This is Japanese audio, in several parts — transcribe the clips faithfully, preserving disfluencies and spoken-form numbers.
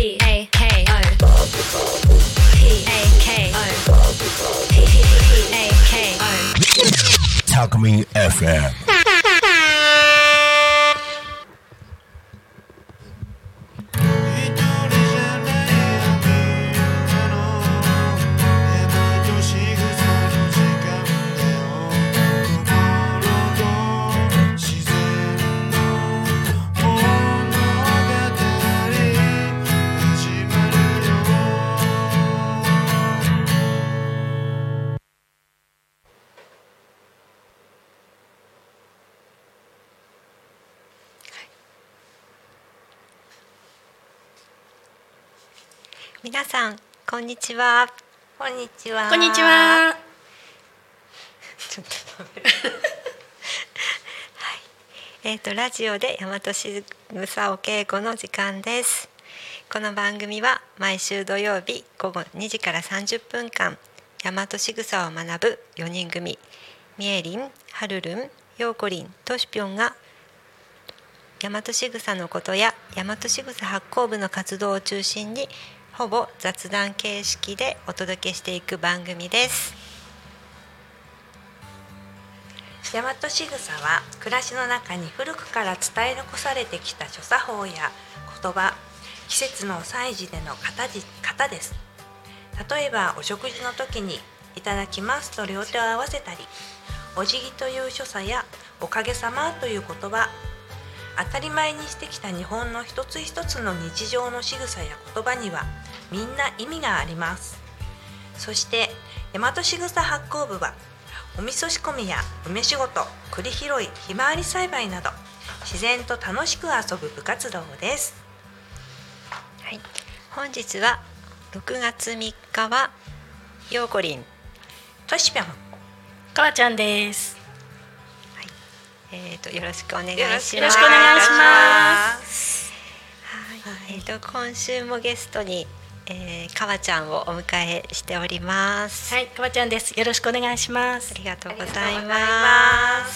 P A K O P A K O P A K O Talk Me エフエム。 皆さんこんにちは。 こんにちは。 こんにちは。 ちょっとはい、えーとラジオで大和しぐさお稽古の時間です。この番組は毎週土曜日午後にじからさんじゅっぷんかん大和しぐさを学ぶよにん組みえりん、はるるん、ようこりん、としぴょんが大和しぐさのことや大和しぐさ発行部の活動を中心にほぼ雑談形式でお届けしていく番組です。 大和しぐさは暮らしの中に古くから伝え残されてきた所作法や言葉、季節の祭事での型じ型です。例えばお食事の時にいただきますと両手を合わせたり、お辞儀という所作やおかげさまという言葉、当たり前にしてきた日本の一つ一つの日常の仕草や言葉にはみんな意味があります。そして大和しぐさ発行部はお味噌仕込みや梅仕事、栗拾い、ひまわり栽培など自然と楽しく遊ぶ部活動です。 はい、本日はろくがつみっかはようこりん、 としぴょん、 かわちゃんです。 えー、とよろしくお願いします。 よろしくお願いします。 はい、えー、と今週もゲストに、えー、かわちゃんをお迎えしております。 はい、かわちゃんです。よろしくお願いします。 ありがとうございます。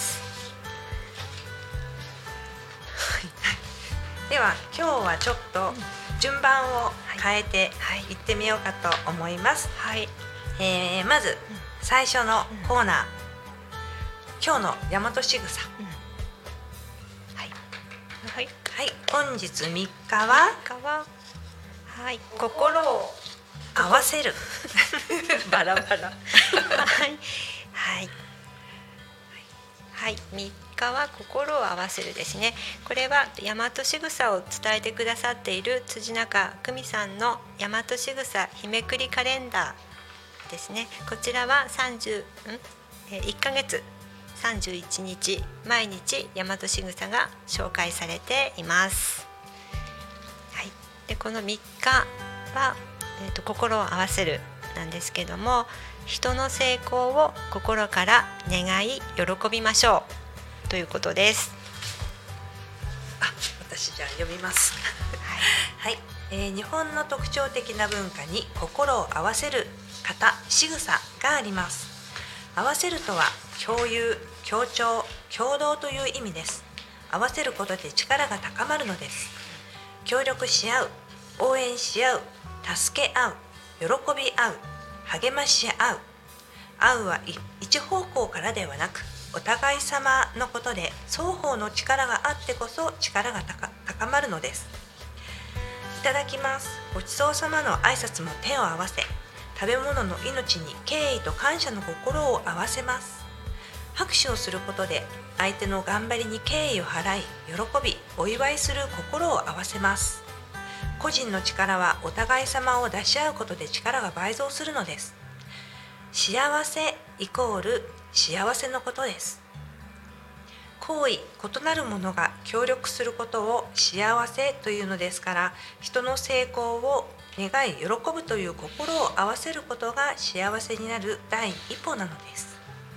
では今日はちょっと順番を変えていってみようかと思います。 はい、 えー、まず最初のコーナー、うん、今日の大和しぐさ、うん、はいはいはい、本日みっかははい、 心を合わせるバラバラはいはいはい、みっかは心を合わせるですね。これは大和しぐさを伝えてくださっている辻中久美さんの大和しぐさ日めくりカレンダーですね。こちらはさんじゅう、んえいっかげつさんじゅういちにち毎日大和しぐさが紹介されています。はい、でこのみっかは、えーと、心を合わせるなんですけども、人の成功を心から願い喜びましょうということです。 あ、私じゃあ読みますはい、はい、えー、日本の特徴的な文化に心を合わせる方、仕草があります。合わせるとは共有、協調、共同という意味です。合わせることで力が高まるのです。協力し合う、応援し合う、助け合う、喜び合う、励まし合う。合うは一方向からではなくお互い様のことで、双方の力があってこそ力が 高, 高まるのです。いただきます、ごちそうさまの挨拶も手を合わせ、食べ物の命に敬意と感謝の心を合わせます。拍手をすることで相手の頑張りに敬意を払い、喜び、お祝いする心を合わせます。個人の力はお互い様を出し合うことで力が倍増するのです。幸せイコール幸せのことです。行為、異なるものが協力することを幸せというのですから、人の成功を願い喜ぶという心を合わせることが幸せになる第一歩なのです、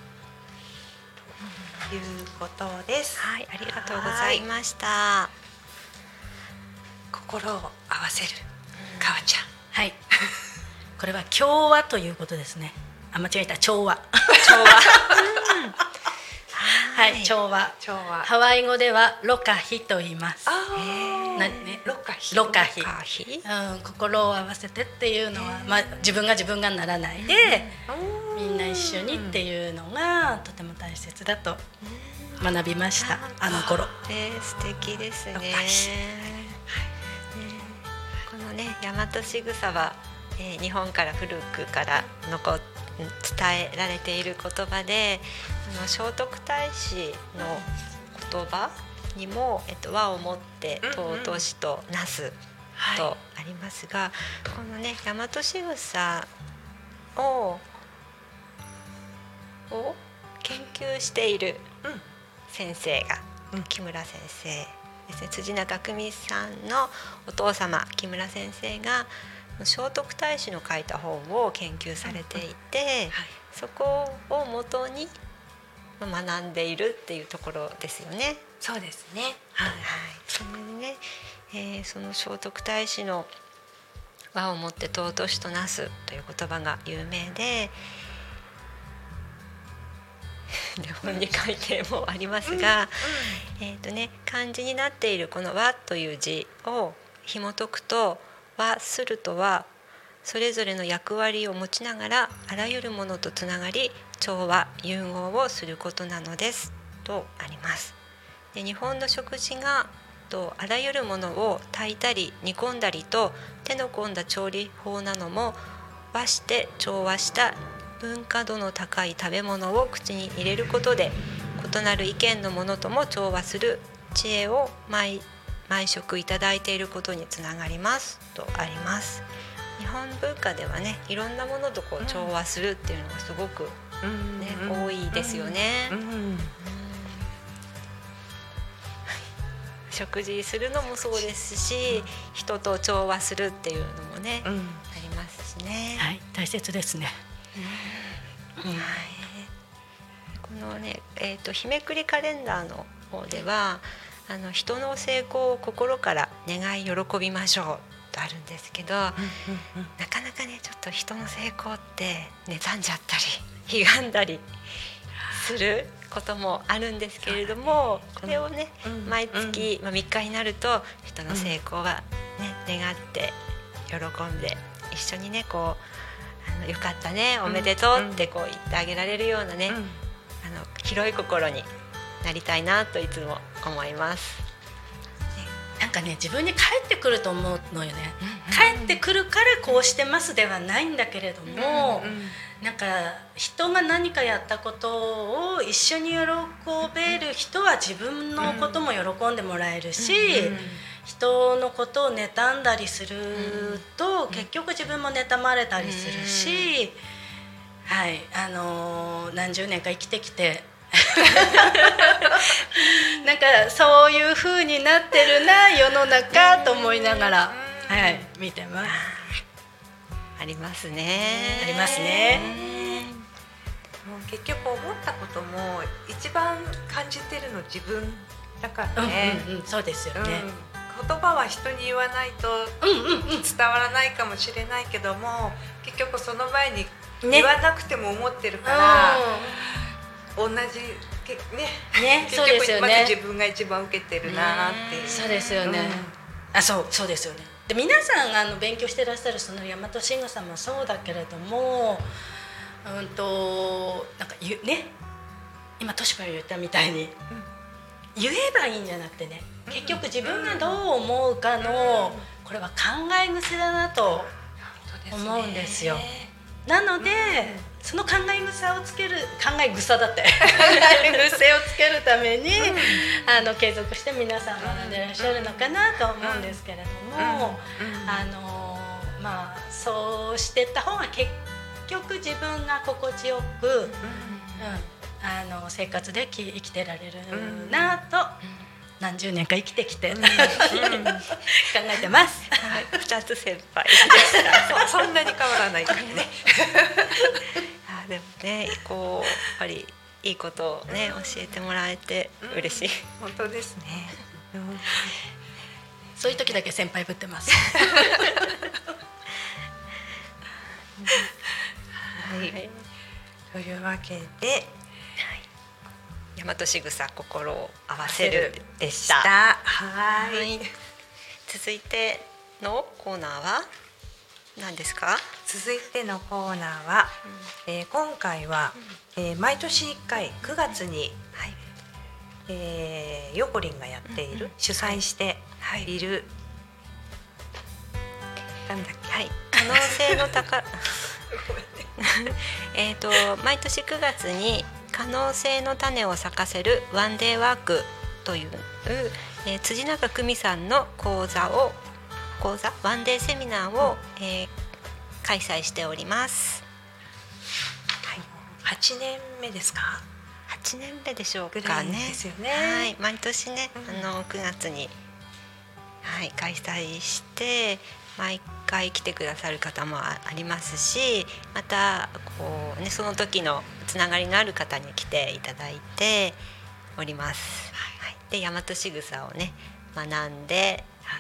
ということです。 はい、ありがとうございました。 心を合わせる、かわちゃん。 はい。これは調和ということですね。あ、間違えた、調和。 調和。 はい、調和。 調和。 ハワイ語ではロカヒと言います。 あ、 なね六花比六花比、 カーヒうん、心を合わせてっていうのは、まあ、自分が自分がならないで、みんな一緒にっていうのがとても大切だと学びました、あの頃。 えー、素敵ですね。 六ね花比このね大和仕草は、えー日本から古くから残伝えられている言葉で、あの聖徳太子の言葉にも、えっと、和をもって尊しとなすとありますが、このね大和仕草をを研究しているうん先生が、 うん木村先生ですね。辻中久美さんのお父様木村先生が聖徳太子の書いた本を研究されていて、 はいそこを元に学んでいるっていうところですよね。 そうですね。 はい、それでね、えーその聖徳太子の和をもって尊しとなすという言葉が有名で、で本に書いてもありますが、えーとね、漢字になっているこの和という字を紐解くと、和するとはそれぞれの役割を持ちながらあらゆるものとつながり調和融合をすることなのですとあります。で日本の食事がとあらゆるものを炊いたり煮込んだりと手の込んだ調理法なのも和して調和した文化度の高い食べ物を口に入れることで異なる意見のものとも調和する知恵を毎毎食いただいていることにつながりますとあります。日本文化ではね、いろんなものとこう調和するっていうのがすごく、ねうん多いですよね。 うんうん食事するのもそうですし、人と調和するっていうのもね、 うんありますしね。 はい、大切ですね。うんこのね、えーと、日めくりカレンダーの方ではあの人の成功を心から願い喜びましょうとあるんですけど、なかなかねちょっと人の成功って妬んじゃったり悲んだりすることもあるんですけれども、これをね、 うん毎月、まあ、みっかになると人の成功は、ね、願って喜んで一緒にねこうあのよかったねおめでとうってこう言ってあげられるようなね、 うんあの広い心になりたいなといつも思います。 なんかね、自分に返ってくると思うのよね。返ってくるからこうしてますではないんだけれども、なんか人が何かやったことを一緒に喜べる人は自分のことも喜んでもらえるし、人のことを妬んだりすると結局自分も妬まれたりするし、はい、あのー何十年か生きてきてなんかそういう風になってるな世の中と思いながら、はい、見てます。 ありますね。 ありますね。 もう結局思ったことも一番感じてるの自分だからね、 うんうんうん、そうですようんね。 言葉は人に言わないとうんうんうん伝わらないかもしれないけども、結局その前にね言わなくても思ってるから、同じけねね、 結そうですよね局まず自分が一番受けてるなっていう。 そうですよね。あ、そうそうですよね。で皆さんあの勉強してらっしゃるその大和慎吾さんもそうだけれども、うんとなんかゆね、今としこが言ったみたいに、言えばいいんじゃなくてね、結局自分がどう思うかの、これは考え癖だなと思うんですよ。なので、その考え草をつける考え草だって考え癖をつけるために、あの継続して皆さん学んでらっしゃるのかなと思うんですけれども、あのまあそうしていった方が結局自分が心地よく、うん、あの生活でき生きてられるなと、何十年か生きてきて、考えてます。 はい、ふたつ先輩そ, そんなに変わらないからね。 あでもね、こうやっぱりいいことをね教えてもらえて嬉しい。 本当ですね。 そういう時だけ先輩ぶってます。 はい、 というわけで、 大和しぐさ心を合わせるでした。 はい。 続いてのコーナーは何ですか？ 続いてのコーナーは、えー今回は、えー毎年いっかいくがつに、 はいえー、ヨコリンがやっている、 うんうん主催している、なんだっけ、 はい、可能性の高えっと毎年くがつに可能性の種を咲かせるワンデーワークという、えー辻中久美さんの講座を講座ワンデーセミナーを、えー開催しております。 はい、はちねんめですか？ はちねんめでしょうぐいからね。 ですよね。 はい、毎年ね、 うんあのくがつに、はい、開催して毎回来てくださる方もあありますし、またこう、ね、その時のつながりのある方に来ていただいております。はい、で大和仕草をね学んではい、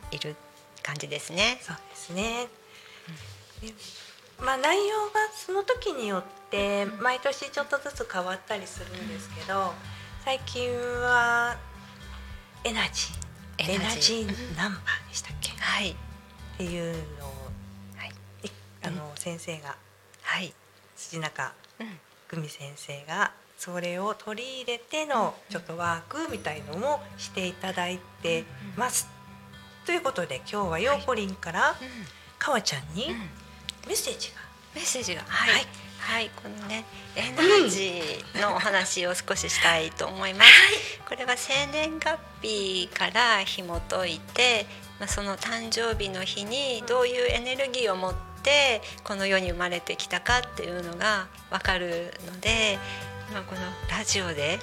いる感じですね。 そうですね。でまあ、内容がその時によって毎年ちょっとずつ変わったりするんですけど、最近はエナジーエナジーナンバーでしたっけ、っはいていうのを、 はいいあの先生がはい、 辻中うん久美先生がそれを取り入れてのちょっとワークみたいのもしていただいてます。ということで今日はヨーコリンからかわちゃんにうんメッセージが、 メッセージがはい、 はいはい、このねエナジーのお話を少ししたいと思います。これは生年月日から紐解いて、まあ、その誕生日の日にどういうエネルギーを持ってこの世に生まれてきたかっていうのが分かるので、今このラジオで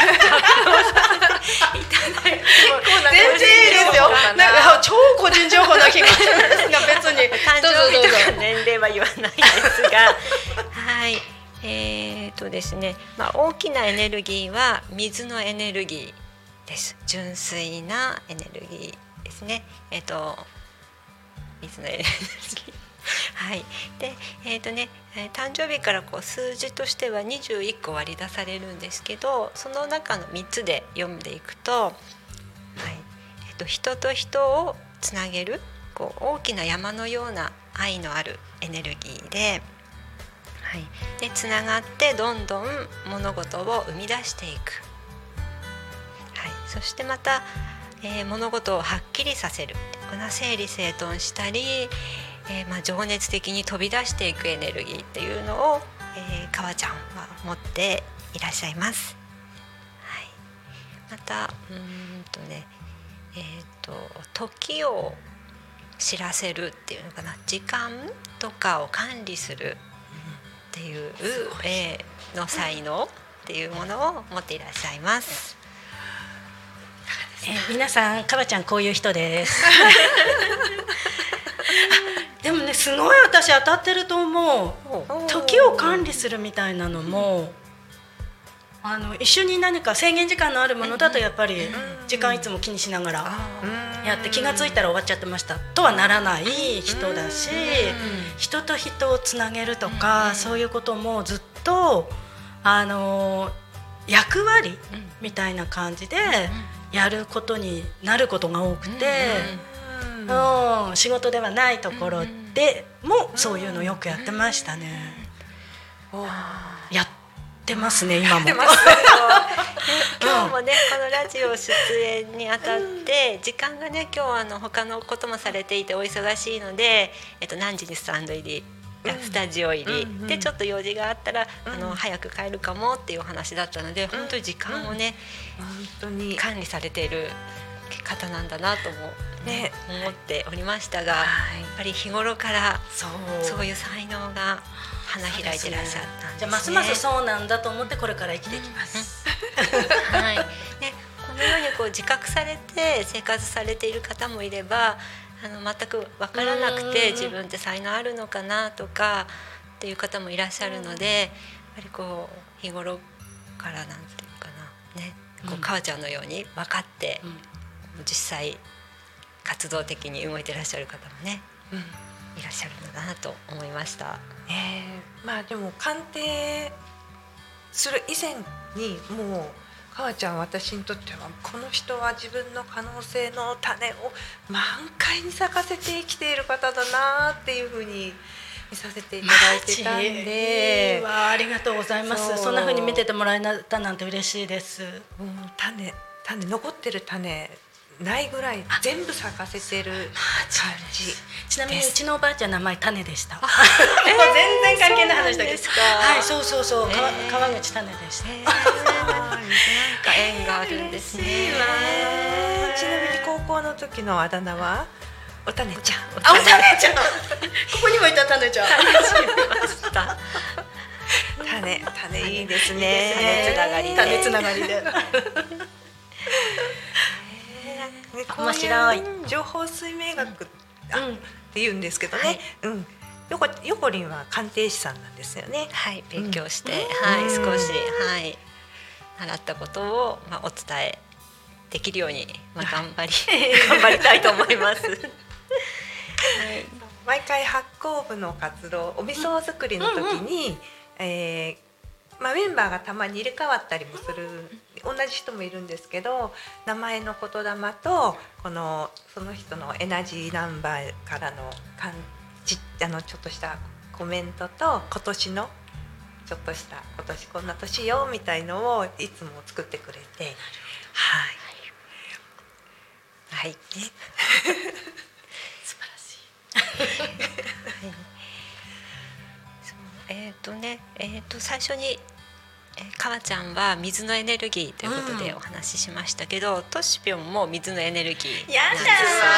全然いいですよ。なんか超個人情報な気がするんですが、別に誕どうぞ生日とどうぞ。 か年齢は言わないですがはいえーとですね、まあ、大きなエネルギーは水のエネルギーです。純粋なエネルギーですね。えっ、と水のエネルギーはいでえーとね、えー誕生日からこう数字としてはにじゅういっこ割り出されるんですけど、その中のみっつで読んでいくと、はいえーと人と人をつなげるこう大きな山のような愛のあるエネルギーで、はい、でつながってどんどん物事を生み出していく、はい、そしてまた、えー物事をはっきりさせるこんな整理整頓したり、えーまあ、情熱的に飛び出していくエネルギーっていうのを、えー、かわちゃんは持っていらっしゃいます。はい、またうーんとねえー、と時を知らせるっていうのかな、時間とかを管理するっていう、えーの才能っていうものを持っていらっしゃいます。 えー皆さん、かばちゃんこういう人です。でもね、すごい私当たってると思う。時を管理するみたいなのも、あの一緒に何か制限時間のあるものだとやっぱり時間いつも気にしながらやって、気がついたら終わっちゃってましたとはならない人だし、人と人をつなげるとかそういうこともずっとあの役割みたいな感じでやることになることが多くて、うん、仕事ではないところでもそういうのよくやってましたね。やってますね今も。 今日もね、このラジオ出演にあたって時間がね、今日はあの他のこともされていてお忙しいので、えっと、何時にスタンド入りスタジオ入り、うん、でちょっと用事があったら、うん、あの早く帰るかもっていうお話だったので、うん、本当に時間をね、 うん、本当に管理されている方なんだなとも、ねね、思っておりましたが、はい、やっぱり日頃からそう、そういう才能が花開いてらっしゃったんですね。 じゃあますますそうなんだと思ってこれから生きていきます。 はい、ね、このようにこう自覚されて生活されている方もいれば、あの全く分からなくて自分って才能あるのかなとかっていう方もいらっしゃるので、やっぱりこう日頃からなんていうかな、ね、こう母ちゃんのように分かって、うん、実際活動的に動いていらっしゃる方もね、うん、いらっしゃるんだなと思いました。 えー、まあでも鑑定する以前にもう母ちゃん私にとってはこの人は自分の可能性の種を満開に咲かせて生きている方だなっていうふうに見させていただいてたんで、 わあ、ありがとうございます。 そ, そんな風に見ててもらえたなんて嬉しいです。 うん、種種残ってる種ないぐらい全部咲かせてる感じ。 ちなみにうちのおばあちゃん名前種でした。もう全然関係ない話だけど、はい、そうそうそう、川, 川口種でした。 なんか縁があるんですね。 ちなみに高校の時のあだ名はお種ちゃん。 あ、お種ちゃん。ここにもいた種ちゃん。 種種いいですね。 種つながりで。 種つながりで。面白い。 情報水明学って言うんですけどね。うん。よこよこりんは鑑定士さんなんですよね。 はい、勉強して、はい、少しはい習ったことをまあお伝えできるようにまあ頑張り頑張りたいと思います。はい、 毎回発酵部の活動、お味噌作りの時に、うんうん、えーまあ、メンバーがたまに入れ替わったりもする、同じ人もいるんですけど、名前の言霊とこのその人のエナジーナンバーからのかんちあのちょっとしたコメントと今年のちょっとした今年こんな年よみたいのをいつも作ってくれて、はいはい、ね、 素晴らしい。 はい、えっ、ー、とね、えっ、ー、と最初に、えー、かわちゃんは水のエネルギーということでお話ししましたけど、うん、としぴょんも水のエネルギー。 やだ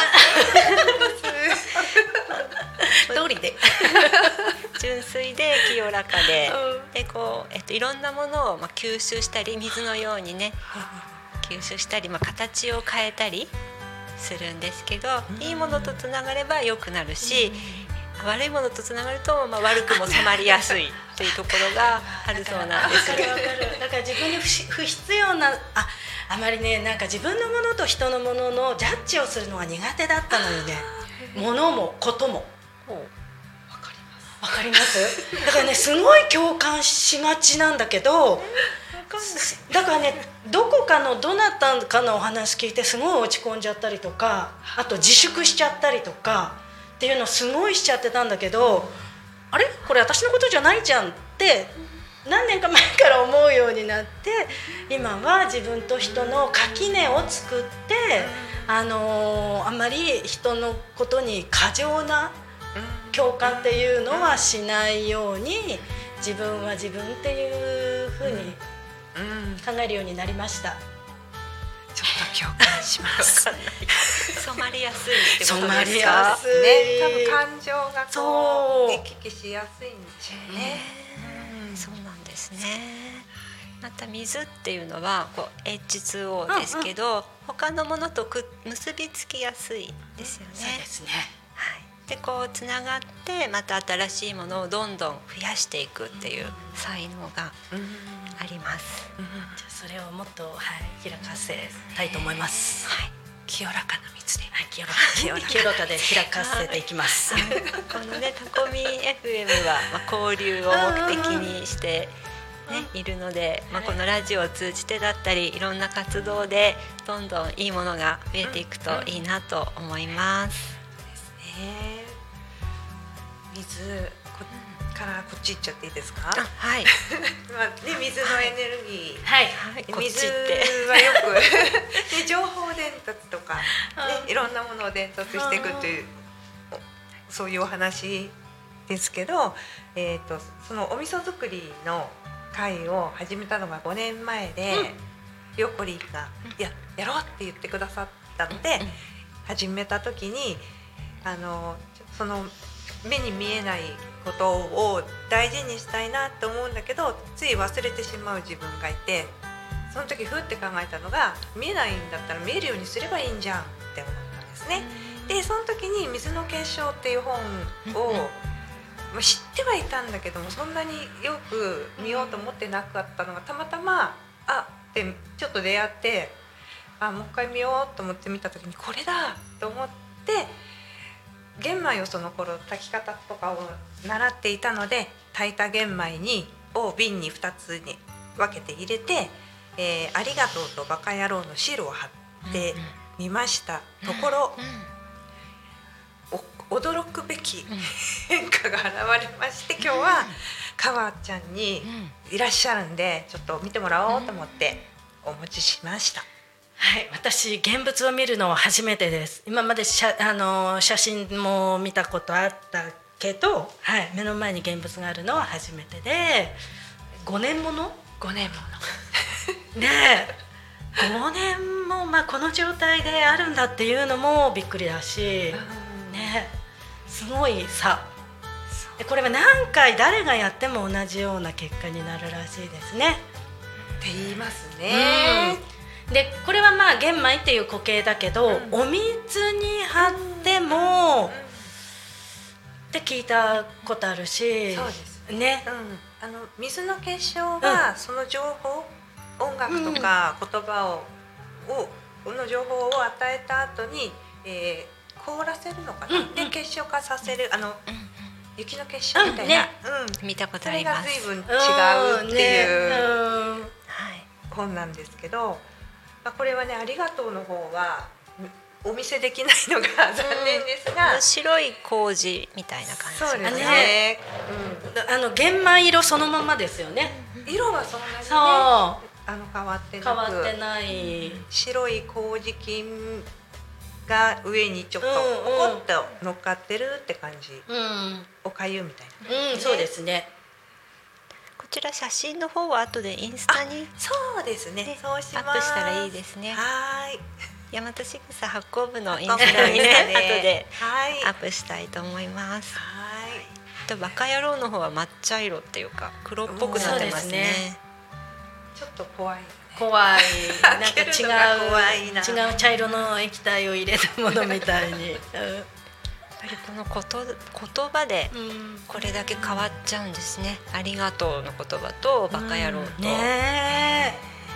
ー。通りで。 純粋で清らかで、うん、でこうえっ、ー、といろんなものをまあ吸収したり、水のようにね吸収したり、まあ形を変えたりするんですけど、うん、いいものとつながれば良くなるし。うん、悪いものとつながると、まあ、悪くも染まりやすいというところがあるそうなんです。 わかるわかる。だから自分に 不, 不必要な あ, あまりね、なんか自分のものと人のもののジャッジをするのが苦手だったのよね。物もことも。わかります。わかります。だからね、すごい共感しがちなんだけど、だからね、どこかのどなたかのお話聞いてすごい落ち込んじゃったりとか、あと自粛しちゃったりとかっていうのすごいしちゃってたんだけど、あれこれ私のことじゃないじゃんって何年か前から思うようになって、今は自分と人の垣根を作って、あのー、あんまり人のことに過剰な共感っていうのはしないように、自分は自分っていうふうに考えるようになりました。 ちょっと共感します。 染まりやすいってことですか。 染まりやすい。 ね、多分感情がこう行き来しやすいんでしょうね。 うん、そうなんですね。また水っていうのはこう エイチツーオー ですけど、うんうん、他のものとく結びつきやすいですよね。 そうですね。 はい。でこうつながってまた新しいものをどんどん増やしていくっていう才能があります。 うんうん、じゃあそれをもっと、はい、開かせたいと思います。はい、 清らかな水で、 はい、清らか清らか清らかで開かせていきます。 このねタコミ エフエム は、まあ、交流を目的にしてね、いるので、まあ、このラジオを通じてだったりいろんな活動でどんどんいいものが増えていくといいなと思います。 ですね。水こからこっち行っちゃっていいですか。 はい。 まあね、水のエネルギー、 はいはい、 水はよくで情報伝達とか、ね、いろんなものを伝達していくというそういうお話ですけど、えーと、そのお味噌作りの会を始めたのがごねんまえで、うん、ヨコリがや, やろうって言ってくださったので、うん、始めた時にあのその目に見えないことを大事にしたいなと思うんだけど、つい忘れてしまう自分がいて、その時ふって考えたのが、見えないんだったら見えるようにすればいいんじゃんって思ったんですね。でその時に水の結晶っていう本を知ってはいたんだけども、そんなによく見ようと思ってなかったのがたまたまあってちょっと出会って、あもう一回見ようと思って見た時にこれだと思って、玄米をその頃炊き方とかを習っていたので、炊いた玄米にを瓶にふたつに分けて入れて、 えーありがとうとバカ野郎のシールを貼ってみましたところ、お驚くべき変化が現れまして、今日はかわちゃんにいらっしゃるんで、ちょっと見てもらおうと思ってお持ちしました。 はい、私現物を見るのは初めてです。今まで写あの写真も見たことあったけど、はい、目の前に現物があるのは初めてで、ごねんものごねんものねえごねんも、まあ、この状態であるんだっていうのもびっくりだし、ね、すごいさで、これは何回誰がやっても同じような結果になるらしいですね。 って言いますね。 うん、でこれはまあ玄米っていう固形だけど、うん、お水に張っても、うん、って聞いたことあるし、 そうですね、 うん、あの水の結晶はその情報、うん、音楽とか言葉を、うん、をの情報を与えた後に、えー、凍らせるのかな、うん、で結晶化させる、あの、うん、雪の結晶みたいな、うんねうん、見たことあります。 それが随分違うっていう、 うんね、 本なんですけど、まあ、これはね、ありがとうの方はお見せできないのが残念ですが、 うん、白い麹みたいな感じ。 そうですね、 うん、あの玄米色そのままですよね。 色はそんなにね、 そうあの変わってなく、 変わってない、 白い麹菌が上にちょっとポコッと乗っかってるって感じ、うん、おかゆみたいな、 うん、そうですね。 こちら写真の方は後でインスタに、 そうですね、そうします。 アップしたらいいですね。 はい、 大和しぐさ発行部のインスタにね後でアップしたいと思います。はい。とバカ野郎の方は抹茶色っていうか黒っぽくなってますね。 ちょっと怖い。 怖い。なんか違う怖いな。 違う茶色の液体を入れたものみたいに。 やっぱりこのこと言葉でこれだけ変わっちゃうんですね。ありがとうの言葉とバカ野郎と。 うん、ね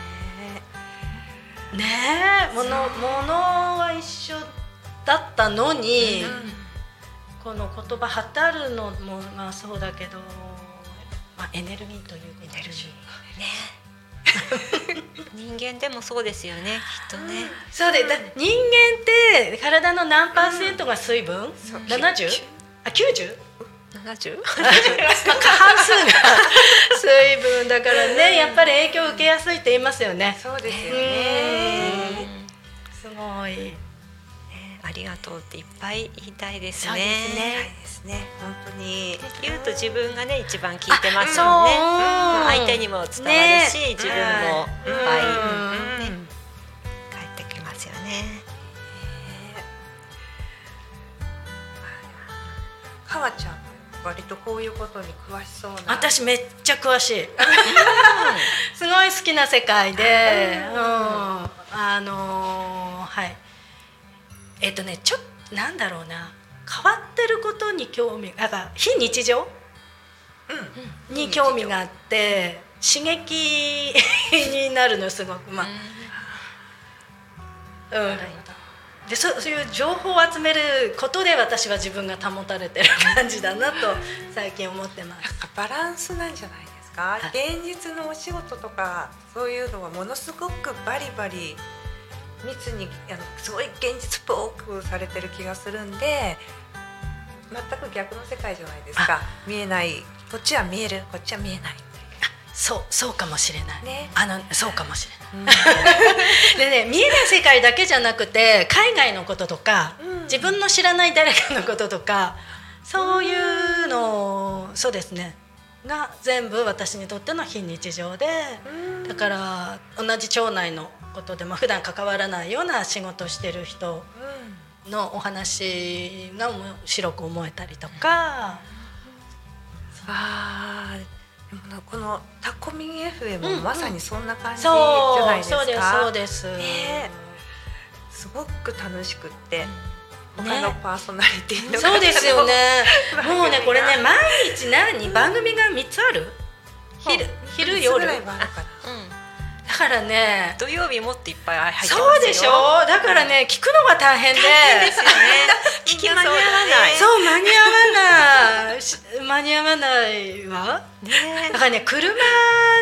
え。ねえ。ものものは一緒だったのに、うん、この言葉語るのもまあそうだけど、まあ、エネルギーというエネルギーね。人間でもそうですよね、きっとね。 そうで、だ人間って体の何パーセントが水分？うん、ななじゅう？あ、きゅうじゅう？ ななじゅう？ まあ過半数が水分だからね、やっぱり影響を受けやすいって言いますよね。 そうですよね。 すごい。 ありがとうっていっぱい言いたいですね。 そうですね。 ですね。本当に言うと自分がね一番聞いてますよね。うん、相手にも伝わるし、ね、自分もいっぱい、うんね、返ってきますよね。 かわちゃん割とこういうことに詳しそうな。 私めっちゃ詳しい。すごい好きな世界で、うん、あのー、はい。えっとね、ちょっとなんだろうな、変わってることに興味、だから非日常、うん、に興味があって刺激になるのすごく、まあ、うん、うん、でそ、そういう情報を集めることで私は自分が保たれてる感じだなと最近思ってます。 なんかバランスなんじゃないですか。現実のお仕事とかそういうのはものすごくバリバリ密にあのすごい現実っぽくされてる気がするんで、全く逆の世界じゃないですか。見えない、こっちは見える、こっちは見えない。 そう、そうかもしれない、 ね、 あのそうかもしれない、うん、でね、見えない世界だけじゃなくて海外のこととか、うん、自分の知らない誰かのこととか、そういうの、そうですねが全部私にとっての非日常で、うん、だから同じ町内のことでも普段関わらないような仕事をしてる人のお話が面白く思えたりとか、 うん、あでもこのタコミン エフエム もまさにそんな感じじゃないですか。 そうですそうです、 ね、すごく楽しくって、他のパーソナリティの方、ね、 そうですよね。もうねこれね毎日何、うん、番組がみっつある、昼、昼夜だからね、 土曜日もっていっぱい入ってますよ。 そうでしょ。だからね、聞くのが大変で、 大変ですよね。聞き間に合わない。 そう、間に合わない間に合わないわ、ね、だからね、車の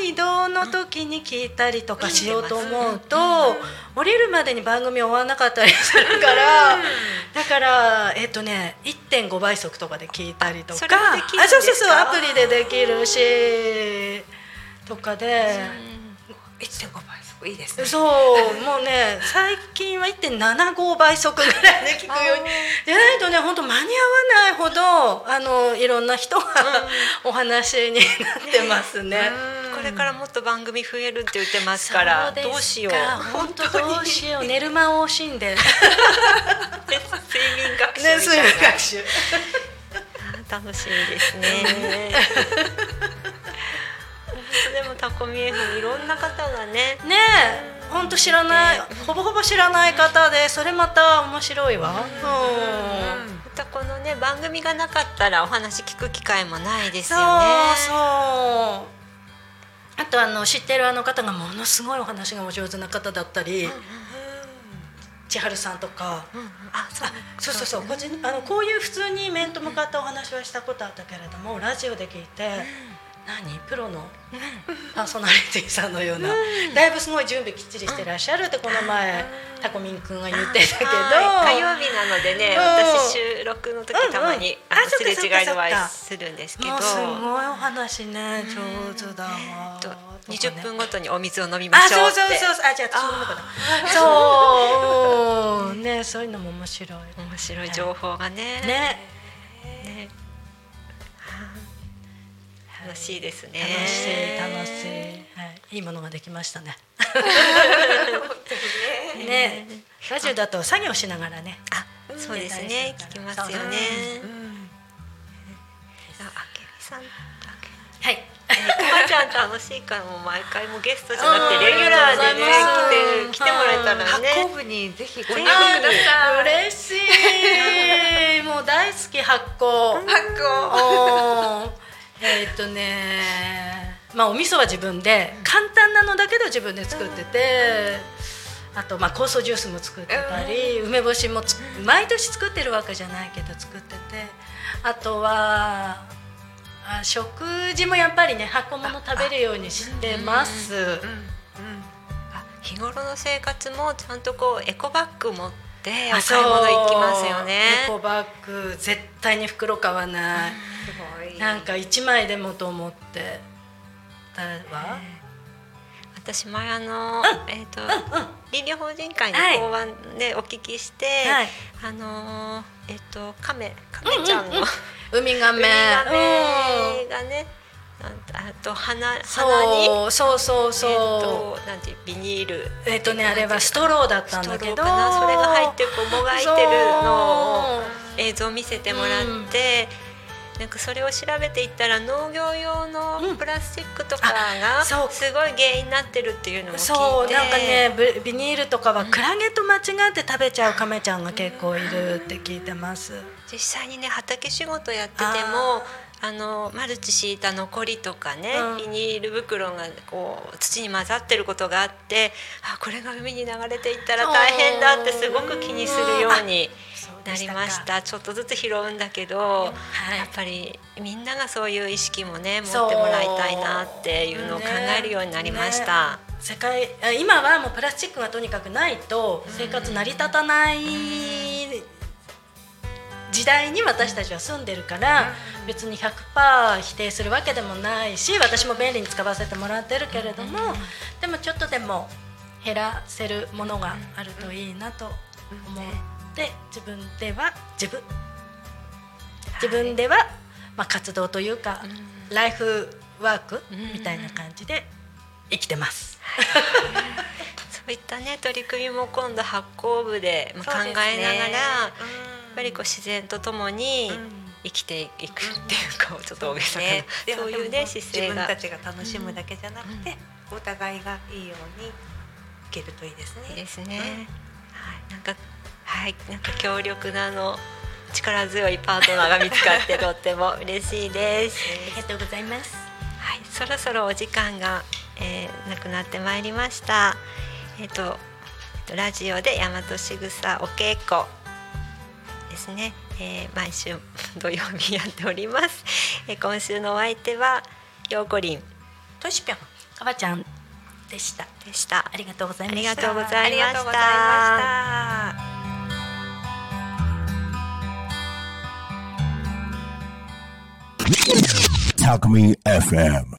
移動の時に聞いたりとかしようと思うと、降りるまでに番組終わらなかったりするからだからえっとね いってんご 倍速とかで聞いたりとか、 それもできるんですか？ あ、そうそうそう、アプリでできるしとかで、 いってんご 倍速いいですね。 そうもうね最近は いってんななご 倍速ぐらいで聞くようにじゃないとね本当間に合わないほどあのいろんな人が、うん、お話になってますね。 これからもっと番組増えるって言ってますからどうしよう。 本当どうしよう。寝る間を惜しんで睡眠学習みたいな、ね、 睡眠学習楽しみですね。でもタコミ エフエム いろんな方がねねえ本当知らない、ほぼほぼ知らない方でそれまた面白いわ。うん、 またこのね番組がなかったらお話聞く機会もないですよね。 そうそう、あとあの知ってるあの方がものすごいお話がお上手な方だったり、うんうん、千春さんとか、 うんうん、あそうそうそうそう、こっちあのこういう普通に面と向かったお話はしたことあったけれどもラジオで聞いて、うん、何プロのパーソナリティさんのような、うん、だいぶすごい準備きっちりしてらっしゃるってこの前、うん、タコミンくんが言ってたけど、 火曜日なのでね、うん、私収録の時たまに、うんうん、すれ違いのはするんですけど、 すごいお話ね上手だわ、 うんね、にじゅっぷんごとにお水を飲みましょうって。 あ、そうそうそう、あ、じゃあ私も飲むかな。そうね、そういうのも面白い面白い情報がね、 ねね楽しいですね。 楽しい楽しい、はい、いいものができましたね。ね、ラジオだと作業しながらね。 あ、そうですね、聞きますよね。うん、あ、あけみさん、はい。くまちゃん楽しいからもう毎回もゲストじゃなくてレギュラーでね来て来てもらえたらね。 発行部にぜひご入会ください。嬉しい。もう大好き発行。 発行。 えーっとね、まあお味噌は自分で簡単なのだけど自分で作ってて、あとまあ酵素ジュースも作ってたり、梅干しもつ毎年作ってるわけじゃないけど作ってて、あとはあ食事もやっぱりね発酵物食べるようにしてます。 日頃の生活もちゃんとこうエコバッグ持ってお買い物行きますよね。 エコバッグ絶対に袋買わない。なんかいちまいでもと思ってたわ。 私前あの、うん、えっ、ー、と、うんうん、倫理法人会の法案でお聞きして、はい、あのえっ、ー、とカメカメちゃんの、うんうんうん、ウミガメ、ウミガメがね、あと鼻鼻にそうそうそう、 えー、となんてビニールえっ、ー、とねあれはストローだったんだけど、それが入ってこうもがいてるのを映像を見せてもらって。うん、なんかそれを調べていったら農業用のプラスチックとかがすごい原因になってるっていうのも聞いて、 そうなんかねビニールとかはクラゲと間違って食べちゃうカメちゃんが結構いるって聞いてます。 実際にね畑仕事やっててもあのマルチ敷いた残りとかね、うん、ビニール袋がこう土に混ざってることがあって、あこれが海に流れていったら大変だってすごく気にするようになりました。ちょっとずつ拾うんだけど、はい、やっぱりみんながそういう意識もね持ってもらいたいなっていうのを考えるようになりました、 ねね、世界今はもうプラスチックがとにかくないと生活成り立たない時代に私たちは住んでるから、別に ひゃくパーセント 否定するわけでもないし、私も便利に使わせてもらってるけれども、でもちょっとでも減らせるものがあるといいなと思って、自分では自分自分では、まあ、活動というか、うん、ライフワークみたいな感じで生きてます、 そういったね取り組みも今度発酵部で考えながら、ね、やっぱりこう自然とともに生きていくっていうか、ちょっと大げさかな、ね、そういうね姿勢が自分たちが楽しむだけじゃなくて、うん、お互いがいいようにいけるといいですね。 いいですね、うん、はい、なんかはい、なんか強力なの力強いパートナーが見つかってとっても嬉しいです。 ありがとうございます。 はい、そろそろお時間が、えー、なくなってまいりました。えっ、ー、とラジオで大和しぐさお稽古ですね、えー、毎週土曜日やっております。えー、今週のお相手はようこりん、 としぴょん、 かばちゃんでしたでした。 ありがとうございました。 ありがとうございました。 ありがとうございました。 Talk Me エフエム